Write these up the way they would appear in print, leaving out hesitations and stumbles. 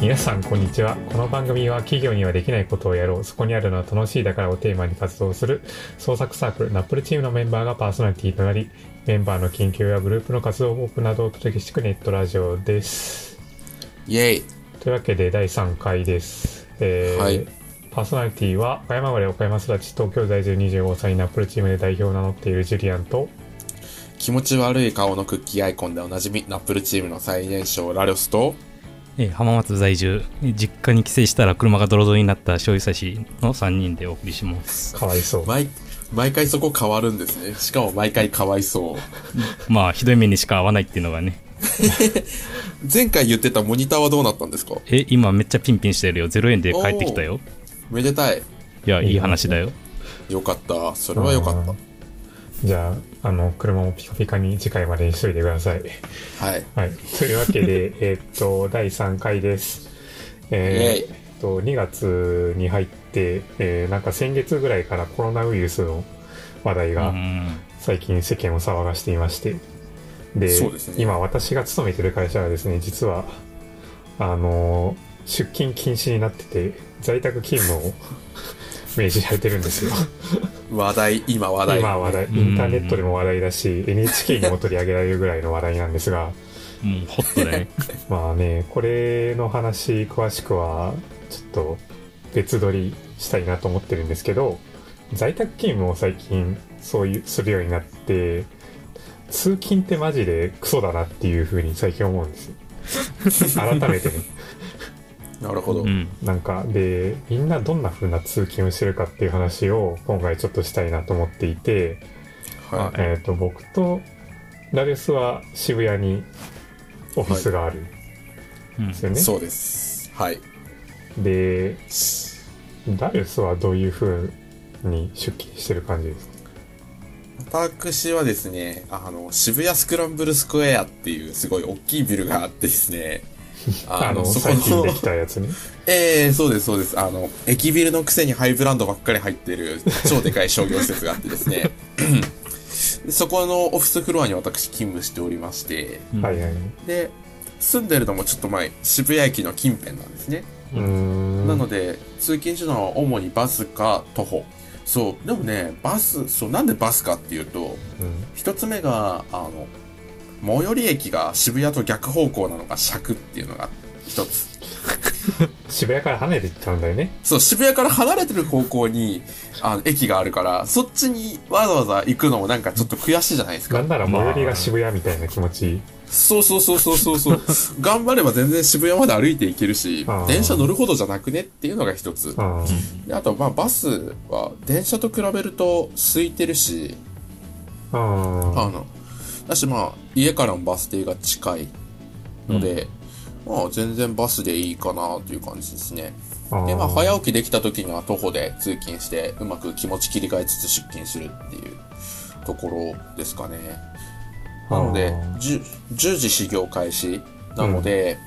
皆さんこんにちは。この番組は企業にはできないことをやろう、そこにあるのは楽しいだからをテーマに活動する創作サークルナップルチームのメンバーがパーソナリティとなり、メンバーの研究やグループの活動報告などをお届けしていくネットラジオです。 イエイ。 というわけで第3回です。はい、パーソナリティは岡山生まれ岡山育ち東京在住25歳ナップルチームで代表を名乗っているジュリアンと、 気持ち悪い顔のクッキーアイコンでおなじみナップルチームの最年少ラリオスと、 浜松在住、実家に帰省したら車がドロドロになった醤油差しの3人でお送りします。 かわいそう。 毎回そこ変わるんですね。しかも毎回かわいそう。 まあひどい目にしか合わないっていうのがね。 前回言ってたモニターはどうなったんですか？ 今めっちゃピンピンしてるよ。0円で帰ってきたよ。 めでたい。 いや、いい話だよ。 よかった。それはよかった。 じゃあ、車もピカピカに次回までにしといてください。 はい。 はい。というわけで、第3回です。2月に入って、なんか先月ぐらいからコロナウイルスの話題が最近世間を騒がしていまして、で、そうですね、今私が勤めてる会社はですね、実は、出勤禁止になってて、在宅勤務を明示されてるんですよ。 今話題。インターネットでも話題だし、NHK にも取り上げられるぐらいの話題なんですが、 ホットだね。 まあね、これの話詳しくはちょっと別撮りしたいなと思ってるんですけど、在宅勤務を最近するようになって、通勤ってマジでクソだなっていう風に最近思うんですよ。改めてね。 なるほど。 なんかで、みんなどんな風な通勤をしてるかっていう話を今回ちょっとしたいなと思っていて、はい、僕とラレスは渋谷にオフィスがあるんですよね。 そうです。はい。 で、ラレスはどういう風に出勤してる感じですか？ 私はですね、渋谷スクランブルスクエアっていうすごい大きいビルがあってですね、 最近できたやつね。 そうです。駅ビルのくせにハイブランドばっかり入ってる超でかい商業施設があってですね、そこのオフィスフロアに私勤務しておりまして、 はいはい。 で、住んでるのもちょっと前、渋谷駅の近辺なんですね。なので、通勤手段は主にバスか徒歩。そう、でもね、なんでバスかっていうと、一つ目が、最寄り駅が渋谷と逆方向なのが尺っていうのが一つ。 渋谷から離れていっちゃうんだよね。 そう、渋谷から離れてる方向に駅があるから、そっちにわざわざ行くのもなんかちょっと悔しいじゃないですか。 なんなら最寄りが渋谷みたいな気持ち。 そう。頑張れば全然渋谷まで歩いて行けるし、電車乗るほどじゃなくねっていうのが一つ。で、あとバスは電車と比べると空いてるし、だし家からもバス停が近いので、全然バスでいいかなという感じですね。で、早起きできた時には徒歩で通勤して、うまく気持ち切り替えつつ出勤するっていうところですかね。なので、10時始業開始なので、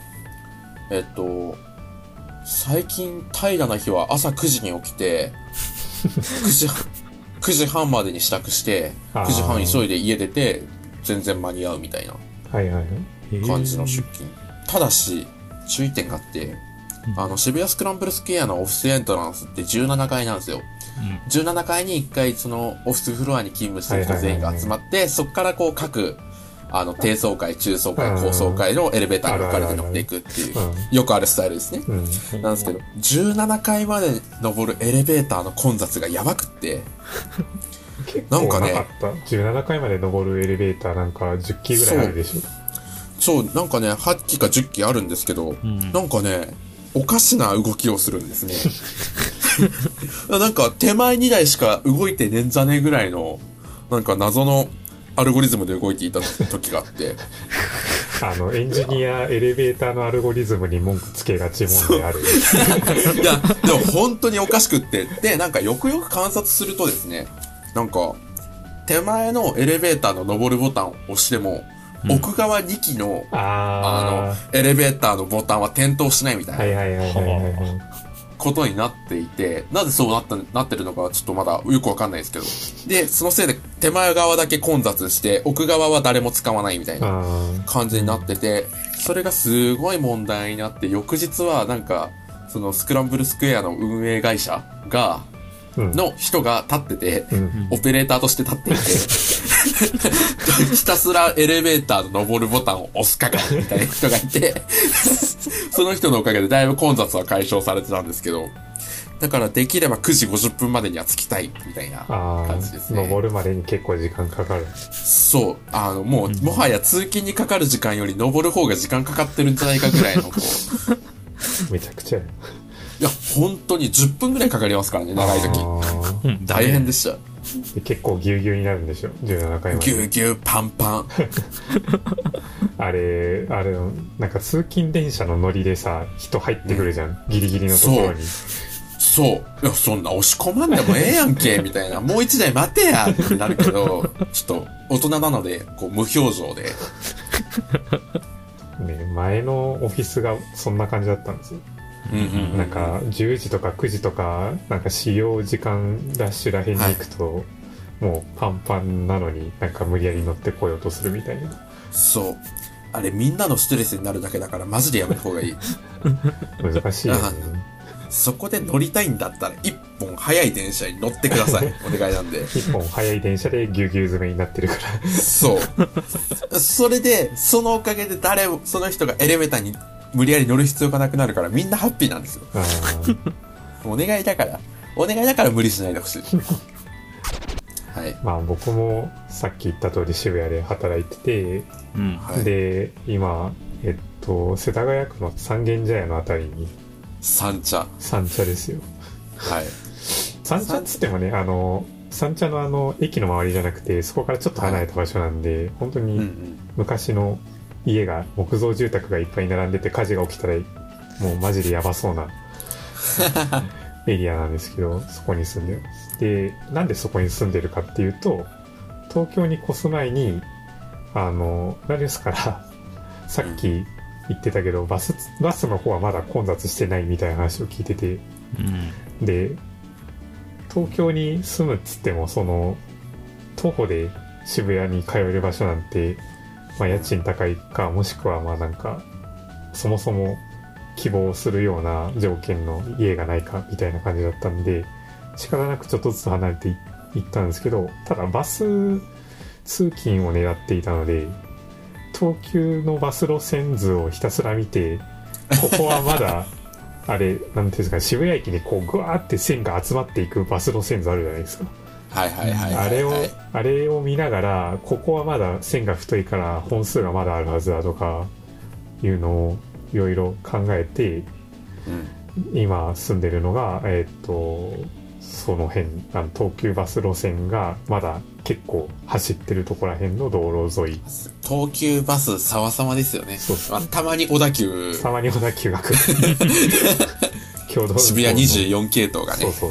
最近平らな日は朝9時に起きて、9時半までに支度して、9時半急いで家出て、全然間に合うみたいな感じの出勤。ただし、注意点があって、渋谷スクランブルスクエアのオフィスエントランスって17階なんですよ。17階に1回そのオフィスフロアに勤務してる人全員が集まって、そこからこう各、低層階、中層階、高層階のエレベーターに分かれて乗っていくっていう、よくあるスタイルですね。なんですけど、17階まで登るエレベーターの混雑がやばくって、 なんかね、17階まで登るエレベーターなんか10機ぐらいあるでしょ。 そう、なんかね、8機か10機あるんですけど、なんかね、おかしな動きをするんですね。なんか手前2台しか動いてねんじゃねえぐらいの、なんか謎のアルゴリズムで動いていた時があって。 エンジニアエレベーターのアルゴリズムに文句つけがちもんである。 いや、でも本当におかしくって。で、なんかよくよく観察するとですね、なんか、手前のエレベーターの上るボタンを押しても、奥側2機の、エレベーターのボタンは点灯しないみたいな。 ことになっていて、なぜそうなってるのかはちょっとまだよくわかんないですけど。で、そのせいで手前側だけ混雑して、奥側は誰も使わないみたいな感じになってて、それがすごい問題になって、翌日はなんか、そのスクランブルスクエアの運営会社が、の人が立ってて、オペレーターとして立っていて、ひたすらエレベーターの上るボタンを押す係みたいな人がいて、その人のおかげでだいぶ混雑は解消されてたんですけど、だからできれば9時50分までには着きたいみたいな感じですね。 登るまでに結構時間かかる。 そう。もはや通勤にかかる時間より登る方が時間かかってるんじゃないかぐらいのめちゃくちゃ。 いや、本当に10分ぐらいかかりますからね、長い時。大変でした。 で結構ギュウギュウになるんでしょ、17回まで。 ギュウギュウパンパン。 あれ、なんか通勤電車の乗りでさ、人入ってくるじゃん。ギリギリのところに。 そう。いや、そんな押し込まんでもええやんけ、みたいな。もう一台待てやってなるけど、ちょっと大人なので、こう無表情で。 ね、前のオフィスがそんな感じだったんですよ。なんか10時とか9時とかなんか使用時間ラッシュらへんに行くと、もうパンパンなのになんか無理やり乗ってこようとするみたいな。 そう。あれみんなのストレスになるだけだからマジでやめた方がいい。 難しいよね。 そこで乗りたいんだったら一本早い電車に乗ってください。お願いなんで。 一本早い電車でギュギュ詰めになってるから。 そう。それでそのおかげでその人がエレベーターに無理やり乗る必要がなくなるからみんなハッピーなんですよ。お願いだから無理しないでほしい。はい。 まあ僕もさっき言った通り渋谷で働いてて、で今世田谷区の三軒茶屋のあたりに三茶ですよ。 はい。 三茶っつってもね、三茶の駅の周りじゃなくてそこからちょっと離れた場所なんで、本当に昔の家が木造住宅がいっぱい並んでて火事が起きたらもうマジでやばそうなエリアなんですけど、そこに住んでます。で、なんでそこに住んでるかっていうと、東京に越す前に何ですからさっき言ってたけど、バスの方はまだ混雑してないみたいな話を聞いてて、で東京に住むっつってもその徒歩で渋谷に通える場所なんて、まあ、家賃高いか、もしくはまあなんかそもそも希望するような条件の家がないかみたいな感じだったんで、仕方なくちょっとずつ離れていったんですけど、ただバス通勤を狙っていたので、東急のバス路線図をひたすら見て、ここはまだあれなんていうんですか、渋谷駅にこうグワーって線が集まっていくバス路線図あるじゃないですか。あれを見ながら、ここはまだ線が太いから本数がまだあるはずだとかいうのをいろいろ考えて、今住んでるのがその辺東急バス路線がまだ結構走ってるところら辺の道路沿い。 東急バス様々ですよね。そうそう、まあ、たまに小田急が来る。渋谷24系統がね。 そう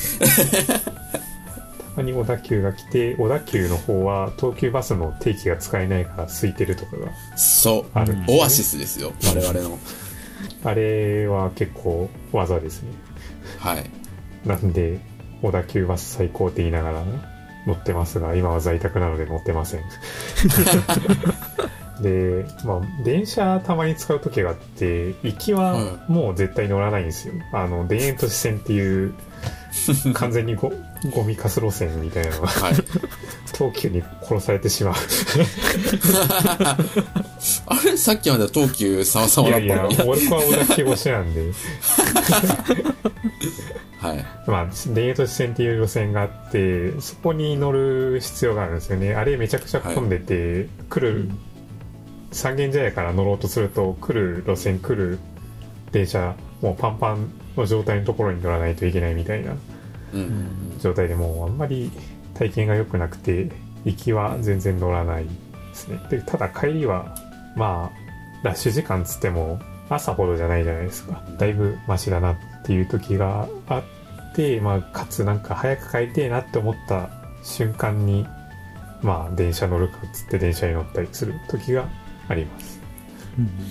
たまに小田急が来て、小田急の方は東急バスの定期が使えないから空いてるとかがあるんですね。 オアシスですよ、我々の。 あれは結構技ですね。 はい。 なんで小田急バス最高って言いながら乗ってますが、今は在宅なので乗ってません。で、まあ電車たまに使う時があって、行きはもう絶対乗らないんですよ。田園都市線っていう完全にゴミカス路線みたいなのが、東急に殺されてしまう。 あれさっきまで東急様々だったのに。 いや俺は小田急越しなんで。 はい。 まあ田園都市線っていう路線があって、そこに乗る必要があるんですよね。あれめちゃくちゃ混んでて、三軒茶屋から乗ろうとすると路線来る電車もうパンパンの状態のところに乗らないといけないみたいな状態で、もうあんまり体験が良くなくて、行きは全然乗らないですね。でただ帰りはまあラッシュ時間つっても朝ほどじゃないじゃないですか。だいぶマシだなっていう時があって、まあかつなんか早く帰りてえなって思った瞬間にまあ電車乗るかっつって電車に乗ったりする時があります。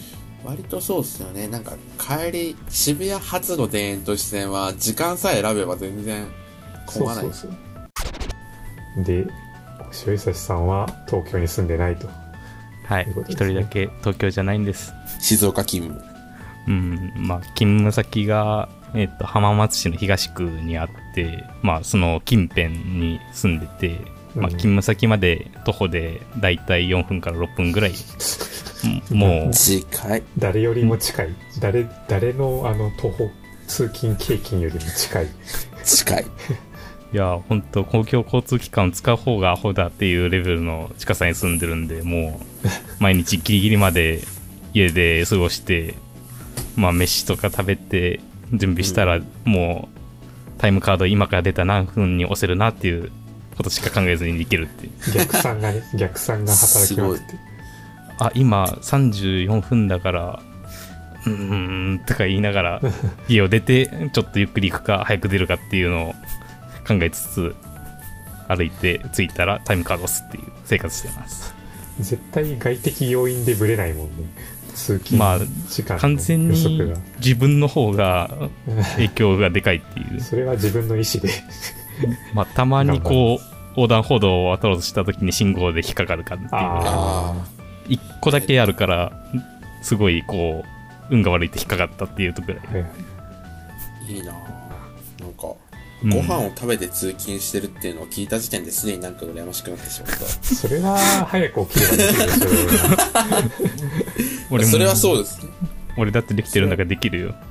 割とそうっすよね。なんか帰り、渋谷発の田園都市線は時間さえ選べば全然混まない。 そうで、塩井差さんは東京に住んでないと。 はい、一人だけ東京じゃないんです。 静岡勤務。 まあ勤務先が浜松市の東区にあって、まあその近辺に住んでて、まあ勤務先まで徒歩でだいたい4分から6分ぐらい。もう近い。 誰よりも近い。誰の徒歩通勤経験よりも近い。 近い。 いや本当公共交通機関を使う方がアホだっていうレベルの近さに住んでるんで、もう毎日ギリギリまで家で過ごして、まあ飯とか食べて準備したら、もうタイムカード今から出た何分に押せるなっていうことしか考えずにできるっていう。 逆算が働きまくって。 あ、今34分だからとか言いながら家を出てちょっとゆっくり行くか早く出るかっていうのを考えつつ歩いて着いたらタイムカード押すっていう生活してます。 絶対外的要因でブレないもんね。通勤時間の予測が、 完全に自分の方が影響がでかいっていうそれは自分の意思でまあたまにこう横断歩道を渡ろうとした時に信号で引っかかるかっていう一個だけあるからすごいこう運が悪いって引っかかったっていうところぐらい、 いいな。なんかご飯を食べて通勤してるっていうのを聞いた時点ですでになんか羨ましくなってしまった。 それは早く起きればできるでしょ俺もそれはそうですね。 俺だってできてるんだからできるよ。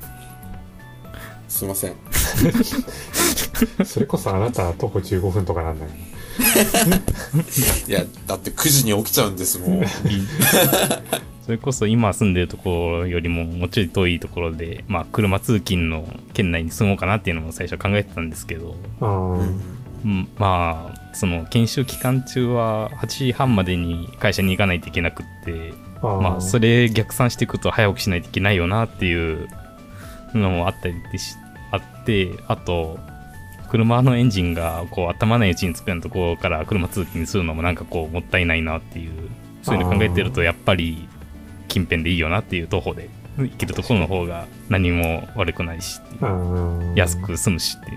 すいませんそれこそあなたは徒歩15分とかなんだよいやだって9時に起きちゃうんですもんそれこそ今住んでるところよりももうちょい遠いところで、まあ、車通勤の県内に住もうかなっていうのも最初考えてたんですけど、まあその研修期間中は8時半までに会社に行かないといけなくって、まあ、それ逆算していくと早起きしないといけないよなっていうのもあったりあって、あと車のエンジンがこう頭ないうちにつくようなところから車通勤するのもなんかこうもったいないなっていう、そういうの考えてるとやっぱり近辺でいいよなっていう、徒歩で行けるところの方が何も悪くないしっていう、安く済むしっていう、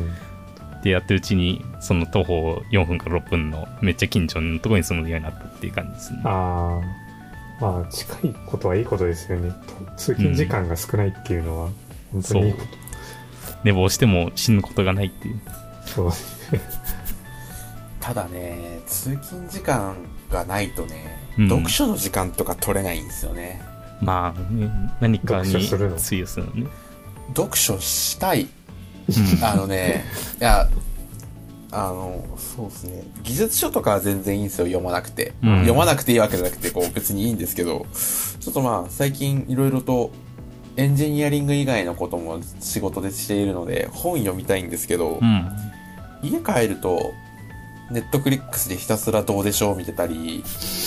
でやってるうちにその徒歩4分から6分のめっちゃ近所のところに住むようになったっていう感じですね。 まあ近いことはいいことですよね。通勤時間が少ないっていうのは本当にいいこと。 寝坊しても死ぬことがないっていう。 そうただね、通勤時間がないとね、読書の時間とか取れないんですよね。 まあ、ね、何かに費やすのね。 読書したい。いや、そうですね。技術書とかは全然いいんですよ、読まなくて。読まなくていいわけじゃなくて、こう別にいいんですけど、ちょっとまあ、最近いろいろとエンジニアリング以外のことも仕事でしているので、本読みたいんですけど、家帰ると、ネットフリックスでひたすらどうでしょう見てたり、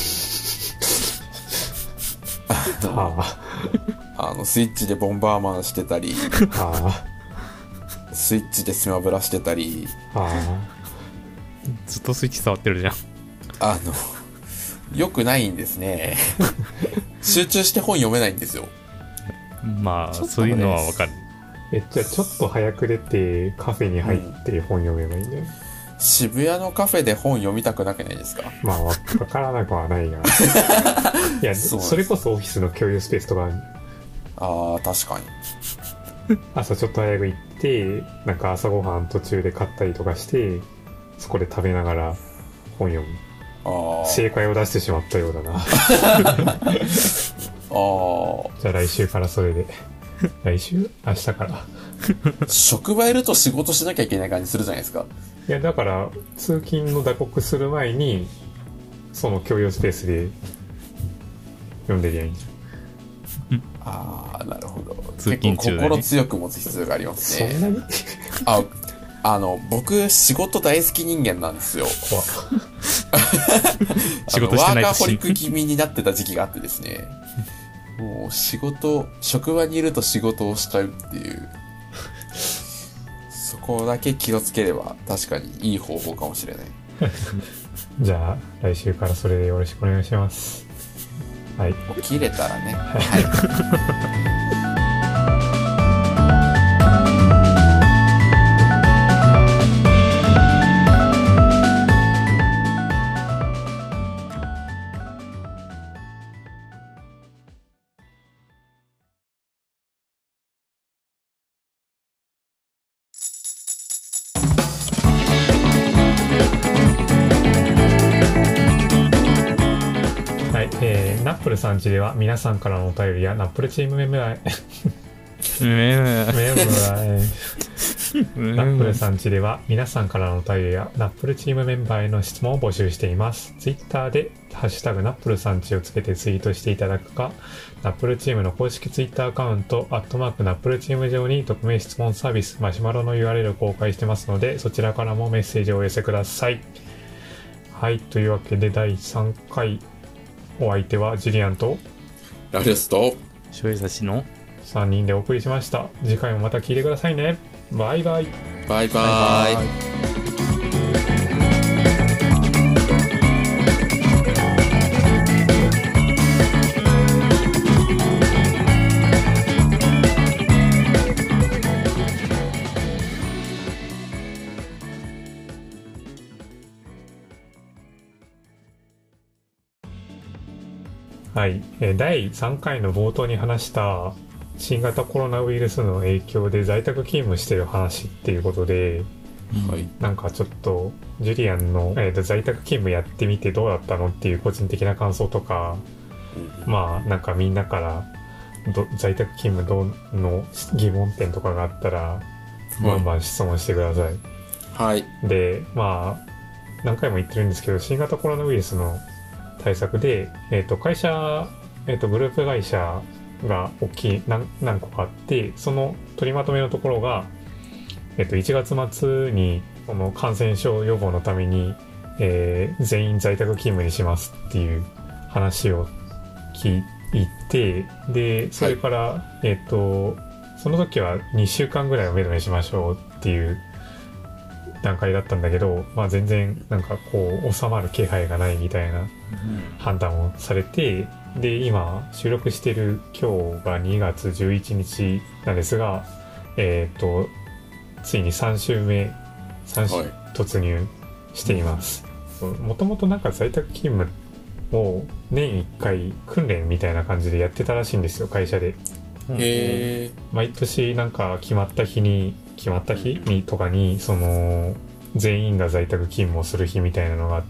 スイッチでボンバーマンしてたり、スイッチでスマブラしてたり、 ずっとスイッチ触ってるじゃん。 よくないんですね。集中して本読めないんですよ。 まあ、そういうのはわかる。 じゃあちょっと早く出てカフェに入って本読めばいいんだよ。 渋谷のカフェで本読みたくなくないですか？ まあ、わからなくはないが。いや、それこそオフィスの共有スペースとかある。 確かに。朝ちょっと早く行って、なんか朝ごはん途中で買ったりとかして、そこで食べながら本読む。正解を出してしまったようだな。じゃあ来週からそれで。来週？明日から。 職場いると仕事しなきゃいけない感じするじゃないですか。 いや、だから通勤の打刻する前にその共有スペースで読んでりゃいいんじゃん。なるほど。 通勤中だね。 結構心強く持つ必要がありますね。 そんなに？ 僕仕事大好き人間なんですよ。 仕事してないとワーカーホリック気味になってた時期があってですね。もう職場にいると仕事をしちゃうっていう。そこだけ気をつければ確かにいい方法かもしれない。 じゃあ来週からそれでよろしくお願いします。 はい、 起きれたらね。はいナップルさんちでは皆さんからのお便りやナップルチームメンバーナップルさんちでは皆さんからのお便りやナップルチームメンバーへの質問を募集しています。ツイッターでハッシュタグナップルさんちをつけてツイートしていただくか、ナップルチームの公式ツイッターアカウントナップルチーム上に匿名質問サービスマシュマロの URL を公開してますので、そちらからもメッセージをお寄せください。はい、というわけで第3回お相手はジュリアンとラフレスとしょうゆさしの 3人でお送りしました。次回もまた聞いてくださいね。バイバイ。 バイバイ。 はい、第3回の冒頭に話した新型コロナウイルスの影響で在宅勤務してる話っていうことで、はい、なんかちょっとジュリアンの、在宅勤務やってみてどうだったのっていう個人的な感想とか、まあなんかみんなから在宅勤務どうの疑問点とかがあったらバンバン質問してください。 はい。 で、まあ何回も言ってるんですけど、新型コロナウイルスの対策で、会社、グループ会社が何個かあって、その取りまとめのところが、1月末にこの感染症予防のために、全員在宅勤務にしますっていう話を聞いて、でそれから、はい、その時は2週間ぐらいをめどにしましょうっていう段階だったんだけど、まあ、全然なんかこう収まる気配がないみたいな判断をされて、で今収録してる今日が2月11日なんですが、ついに3週目突入しています。もともとなんか在宅勤務を年1回訓練みたいな感じでやってたらしいんですよ、会社で。 へー。 毎年なんか決まった日にとかにその全員が在宅勤務をする日みたいなのがあって、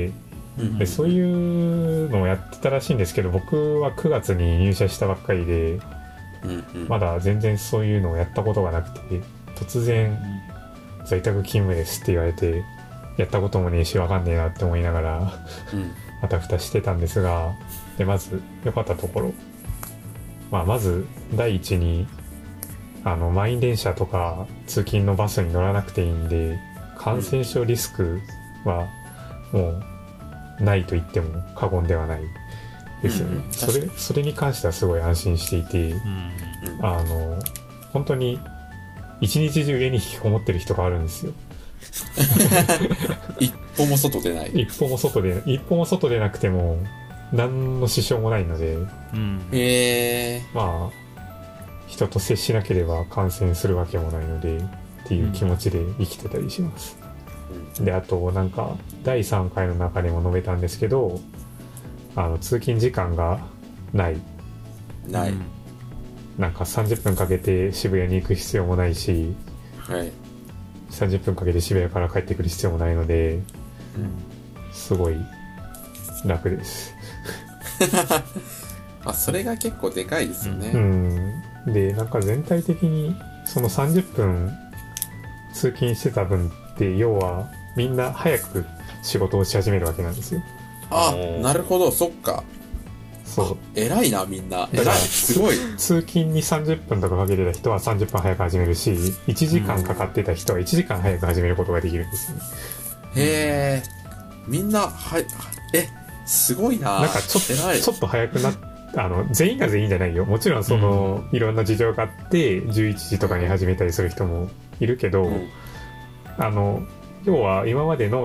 でそういうのをやってたらしいんですけど、僕は9月に入社したばっかりで、まだ全然そういうのをやったことがなくて、突然在宅勤務ですって言われて、やったこともねえしわかんねえなって思いながらあたふたしてたんですが、でまず良かったところ、まず第一に満員電車とか通勤のバスに乗らなくていいんで、感染症リスクはもうないと言っても過言ではないですよね。それに関してはすごい安心していて、本当に一日中家に引きこもってる人があるんですよ。 一歩も外出ない。 一歩も外でなくても何の支障もないので、まあ人と接しなければ感染するわけもないのでっていう気持ちで生きてたりします。であとなんか第3回の中でも述べたんですけど、通勤時間がないなんか30分かけて渋谷に行く必要もないし、30分かけて渋谷から帰ってくる必要もないので、すごい楽です。 それが結構でかいですよね。 でなんか全体的にその30分通勤してた分って要はみんな早く仕事をし始めるわけなんですよ。 なるほど、そっか。 そう偉いな、みんな。偉い、すごい。 通勤に30分とかかけてた人は30分早く始めるし、1時間かかってた人は1時間早く始めることができるんですよね。 へー、みんなすごいな。 なんかちょっと早くなって全員が全員じゃないよ。もちろんその、いろんな事情があって11時とかに始めたりする人もいるけど、要は今までの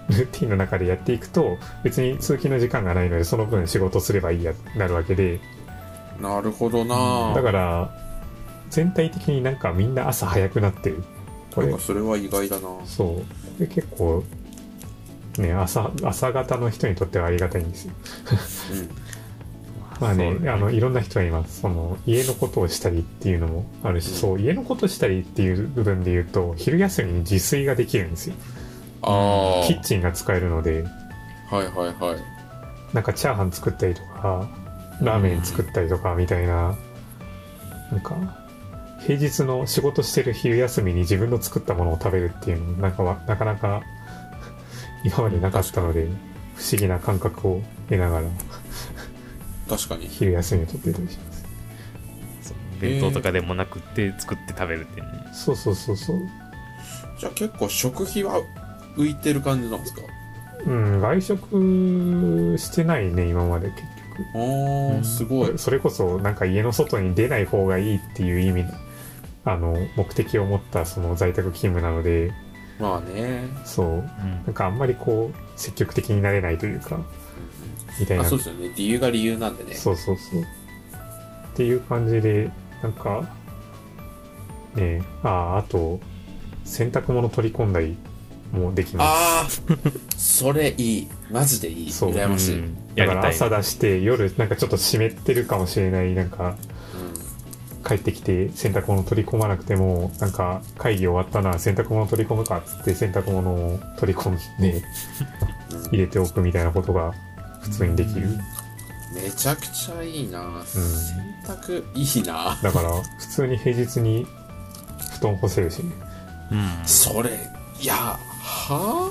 ルーティンの中でやっていくと別に通勤の時間がないのでその分仕事すればいいやなるわけで。 なるほどな。 だから全体的になんかみんな朝早くなってる。 これそれは意外だな。 そうで結構ね朝方の人にとってはありがたいんですよ、うん、まあね、いろんな人がいます。その家のことをしたりっていうのもあるし、うん、そう家のことしたりっていう部分で言うと昼休みに自炊ができるんですよ。キッチンが使えるので、 はいはいはい、 なんかチャーハン作ったりとかラーメン作ったりとかみたいな、なんか平日の仕事してる昼休みに自分の作ったものを食べるっていうのもなかなか今までなかったので不思議な感覚を得ながら確かに昼休みをとっていたりします。 弁当とかでもなくって作って食べるっていうね。 そうそうそうそう。 じゃあ結構食費は浮いてる感じなんですか？ うん、外食してないね今まで結局。 すごい。 それこそなんか家の外に出ない方がいいっていう意味目的を持ったその在宅勤務なので、 まあね、 そう、うん、なんかあんまりこう積極的になれないというか、みたいな。 そうですよね。理由が理由なんでね。 そうそうそう。っていう感じでなんかね、あと洗濯物取り込んだりもできます。 ああ、それいい。マジでいい。そう、羨ましい。 だから朝出して夜なんかちょっと湿ってるかもしれないなんか、帰ってきて洗濯物取り込まなくてもなんか会議終わったな洗濯物取り込むかっつって洗濯物を取り込んで入れておくみたいなことが普通にできる。 めちゃくちゃいいな、洗濯いいな。 だから普通に平日に布団干せるしね。 それいやは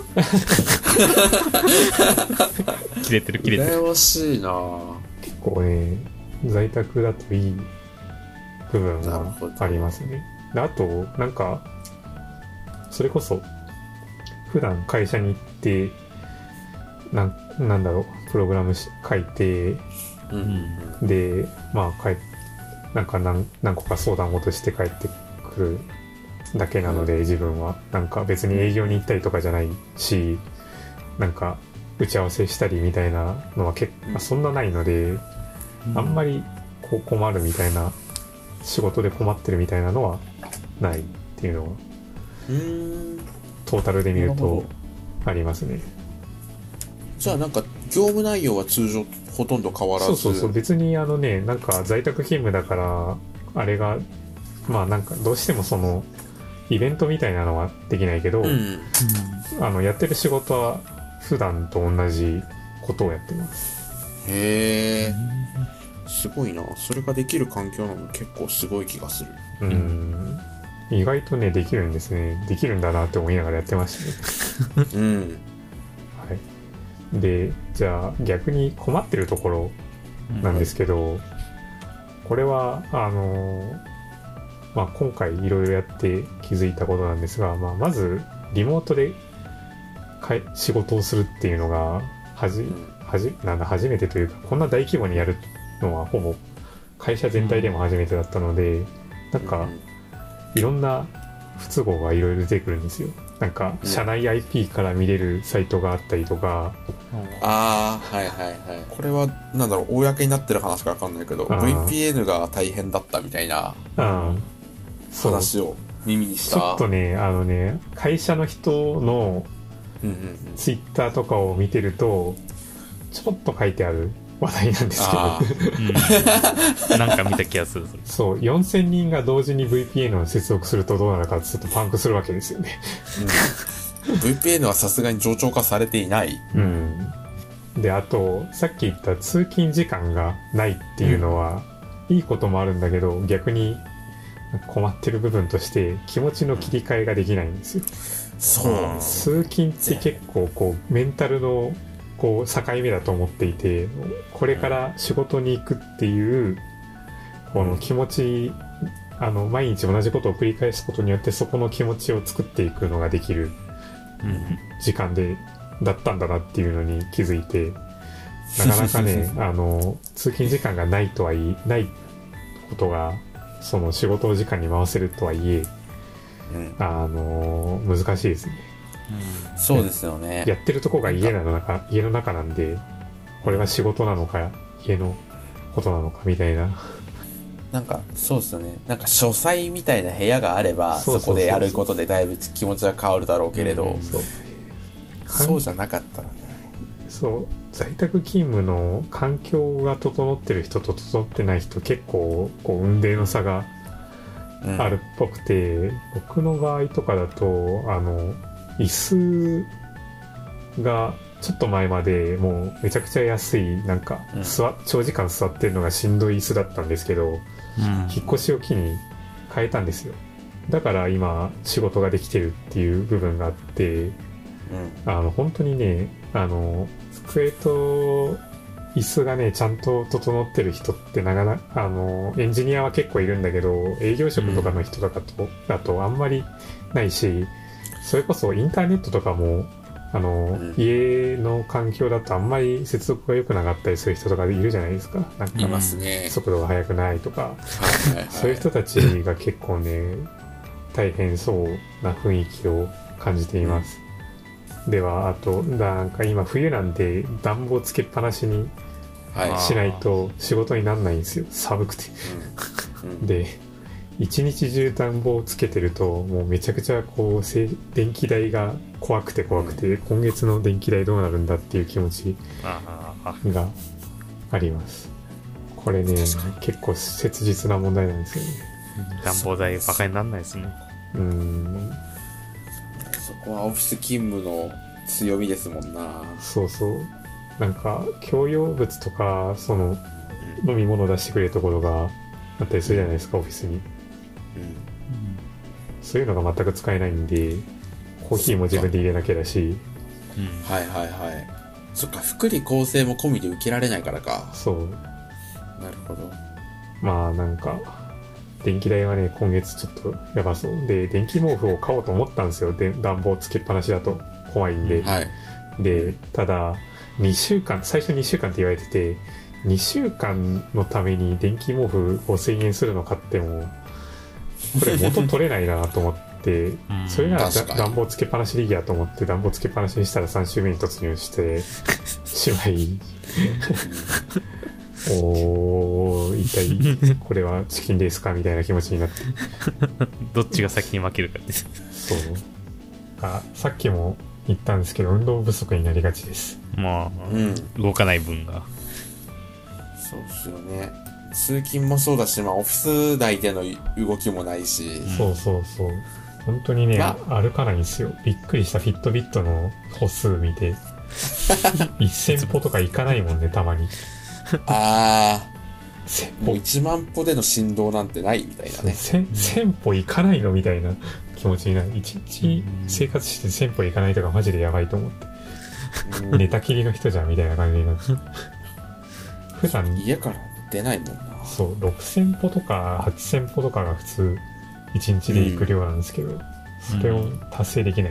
切れてる羨ましいな。 結構ね在宅だといい部分はありますね。であとなんかそれこそ普段会社に行ってなんだろうプログラム書いて、でまあなんか何個か相談事して帰ってくるだけなので、自分はなんか別に営業に行ったりとかじゃないし、なんか打ち合わせしたりみたいなのはそんなないので、あんまりこう困るみたいな仕事で困ってるみたいなのはないっていうのはトータルで見るとありますね。 じゃあなんか業務内容は通常ほとんど変わらず。 そう別になんか在宅勤務だからあれがまあなんかどうしてもそのイベントみたいなのはできないけど、やってる仕事は普段と同じことをやってます。 へえ、すごいな。それができる環境なの結構すごい気がする。 意外とねできるんですね。できるんだなって思いながらやってましたね。はい。でじゃあ逆に困ってるところなんですけど、これはまあ、今回いろいろやって気づいたことなんですが、まずリモートで仕事をするっていうのが初めてというか、こんな大規模にやるのはほぼ会社全体でも初めてだったので、なんかいろんな不都合がいろいろ出てくるんですよ。なんか社内 IP から見れるサイトがあったりとか、 はいはいはい。これはなんだろう、公になってる話か分かんないけど VPN が大変だったみたいな話を耳にした。 ちょっとね会社の人のツイッターとかを見てるとちょっと書いてある話題なんですけど、 なんか見た気がする。 そう4000人が同時に VPN を接続するとどうなるかちょっとパンクするわけですよね。 VPN はさすがに冗長化されていない。 であとさっき言った通勤時間がないっていうのは、いいこともあるんだけど逆に困ってる部分として気持ちの切り替えができないんですよ。 そう通勤って結構こうメンタルのこう境目だと思っていて、これから仕事に行くっていうこの気持ち、毎日同じことを繰り返すことによってそこの気持ちを作っていくのができる時間だったんだなっていうのに気づいて、なかなかね通勤時間がないことがその仕事の時間に回せるとはいえ、難しいですね。 そうですよね。 やってるとこが家の中なんで、これが仕事なのか家のことなのかみたいな。 なんかそうですよね。なんか書斎みたいな部屋があれば、そこでやることでだいぶ気持ちは変わるだろうけれど、そうじゃなかったらね。 そう、在宅勤務の環境が整ってる人と整ってない人、結構こう雲泥の差があるっぽくて、僕の場合とかだと椅子がちょっと前までもうめちゃくちゃ安いなんか長時間座ってるのがしんどい椅子だったんですけど、引っ越しを機に変えたんですよ。だから今仕事ができてるっていう部分があって、本当にね机と椅子がねちゃんと整ってる人ってなかなかエンジニアは結構いるんだけど、営業職とかの人とかだとあんまりないし、それこそインターネットとかも家の環境だとあんまり接続が良くなかったりする人とかいるじゃないですか。なんかいますね。 速度が速くないとか、そういう人たちが結構ね大変そうな雰囲気を感じています。ではあとなんか今冬なんで暖房つけっぱなしにしないと仕事にならないんですよ、寒くて。で一日中暖房つけてるともうめちゃくちゃこう電気代が怖くて今月の電気代どうなるんだっていう気持ちがあります。これね結構切実な問題なんですよね。 暖房代バカにならないですね。 そこはオフィス勤務の強みですもんな。 そうそう、なんか共用物とかその飲み物出してくれるところがあったりするじゃないですか、オフィスに。そういうのが全く使えないんで、コーヒーも自分で入れなきゃだし、 はいはいはい。そっか、福利厚生も込みで受けられないからか。 そう。 なるほど。 まあなんか電気代はね今月ちょっとやばそうで、電気毛布を買おうと思ったんですよ。で暖房つけっぱなしだと怖いんで、でただ最初2週間って言われてて、2週間のために電気毛布を1000円するの買ってもこれ元取れないなと思ってそれなら暖房つけっぱなしでいいやと思って暖房つけっぱなしにしたら3週目に突入してしまい一体これはチキンレースかみたいな気持ちになってどっちが先に負けるかです。 そうさっきも言ったんですけど運動不足になりがちです。 まあ、動かない分が。 そうですよね。通勤もそうだし、オフィス内での動きもないし。 そう本当にね、歩かないんですよ。びっくりした。フィットビットの歩数見て1000歩とか行かないもんね、たまに。 もう1万歩での振動なんてないみたいなね。 1000歩行かないのみたいな気持ちになる。1日生活して1000歩行かないとかマジでやばいと思って寝たきりの人じゃんみたいな感じになって普段家から出ないもんな。 そう、6000歩とか8000歩とかが普通1日で行く量なんですけど、それを達成できない。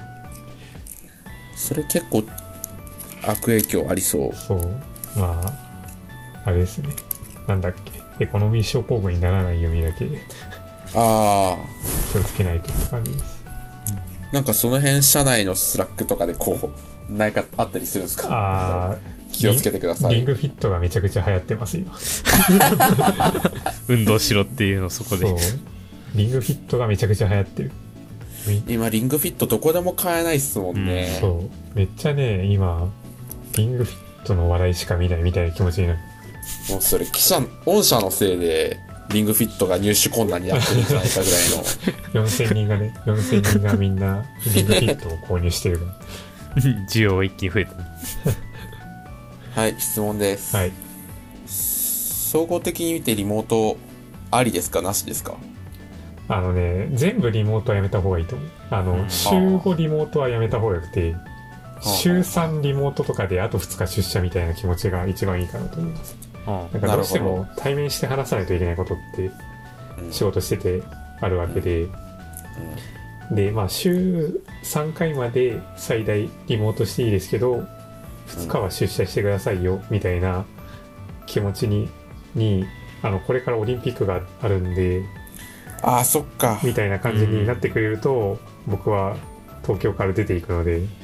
それ結構悪影響ありそう。 そう、あれですね、なんだっけ、エコノミー症候群にならないようにだけ気をつけないとって感じです。 なんかその辺社内のスラックとかで何かあったりするんですか？気をつけてください。 リングフィットがめちゃくちゃ流行ってます今運動しろっていうのそこで。そう、 リングフィットがめちゃくちゃ流行ってる。 今リングフィットどこでも買えないっすもんね。 そうめっちゃね今リングフィットの話題しか見ないみたいな気持ちになる。 もうそれ御社のせいでリングフィットが入手困難になってるんじゃないかぐらいの 4000人がみんなリングフィットを購入してる需要が一気に増えたはい、質問です。 はい。 総合的に見てリモートありですかなしですか？ 全部リモートはやめた方がいいと思う。週5リモートはやめた方がよくて、週3リモートとかであと2日出社みたいな気持ちが一番いいかなと思います。なんかどうしても対面して話さないといけないことって仕事しててあるわけで、で週3回まで最大リモートしていいですけど2日は出社してくださいよみたいな気持ちにこれからオリンピックがあるんで、 そっかみたいな感じになってくれると僕は東京から出ていくので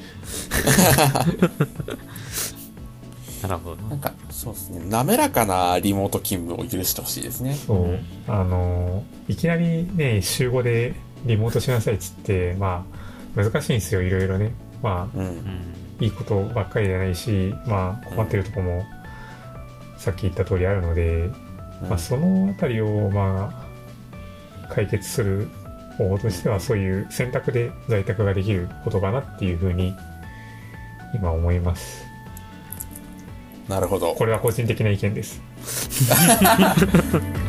なるほど。 なんかそうですね、滑らかなリモート勤務を許してほしいですね。 そう、いきなりね週5でリモートしなさいっつって、まあ難しいんですよ、いろいろね。まあ、いいことばっかりじゃないし、まあ困ってるとこもさっき言った通りあるので、まあ、そのあたりをまあ解決する方法としては、そういう選択で在宅ができることかなっていうふうに今思います。 なるほど。 これは個人的な意見です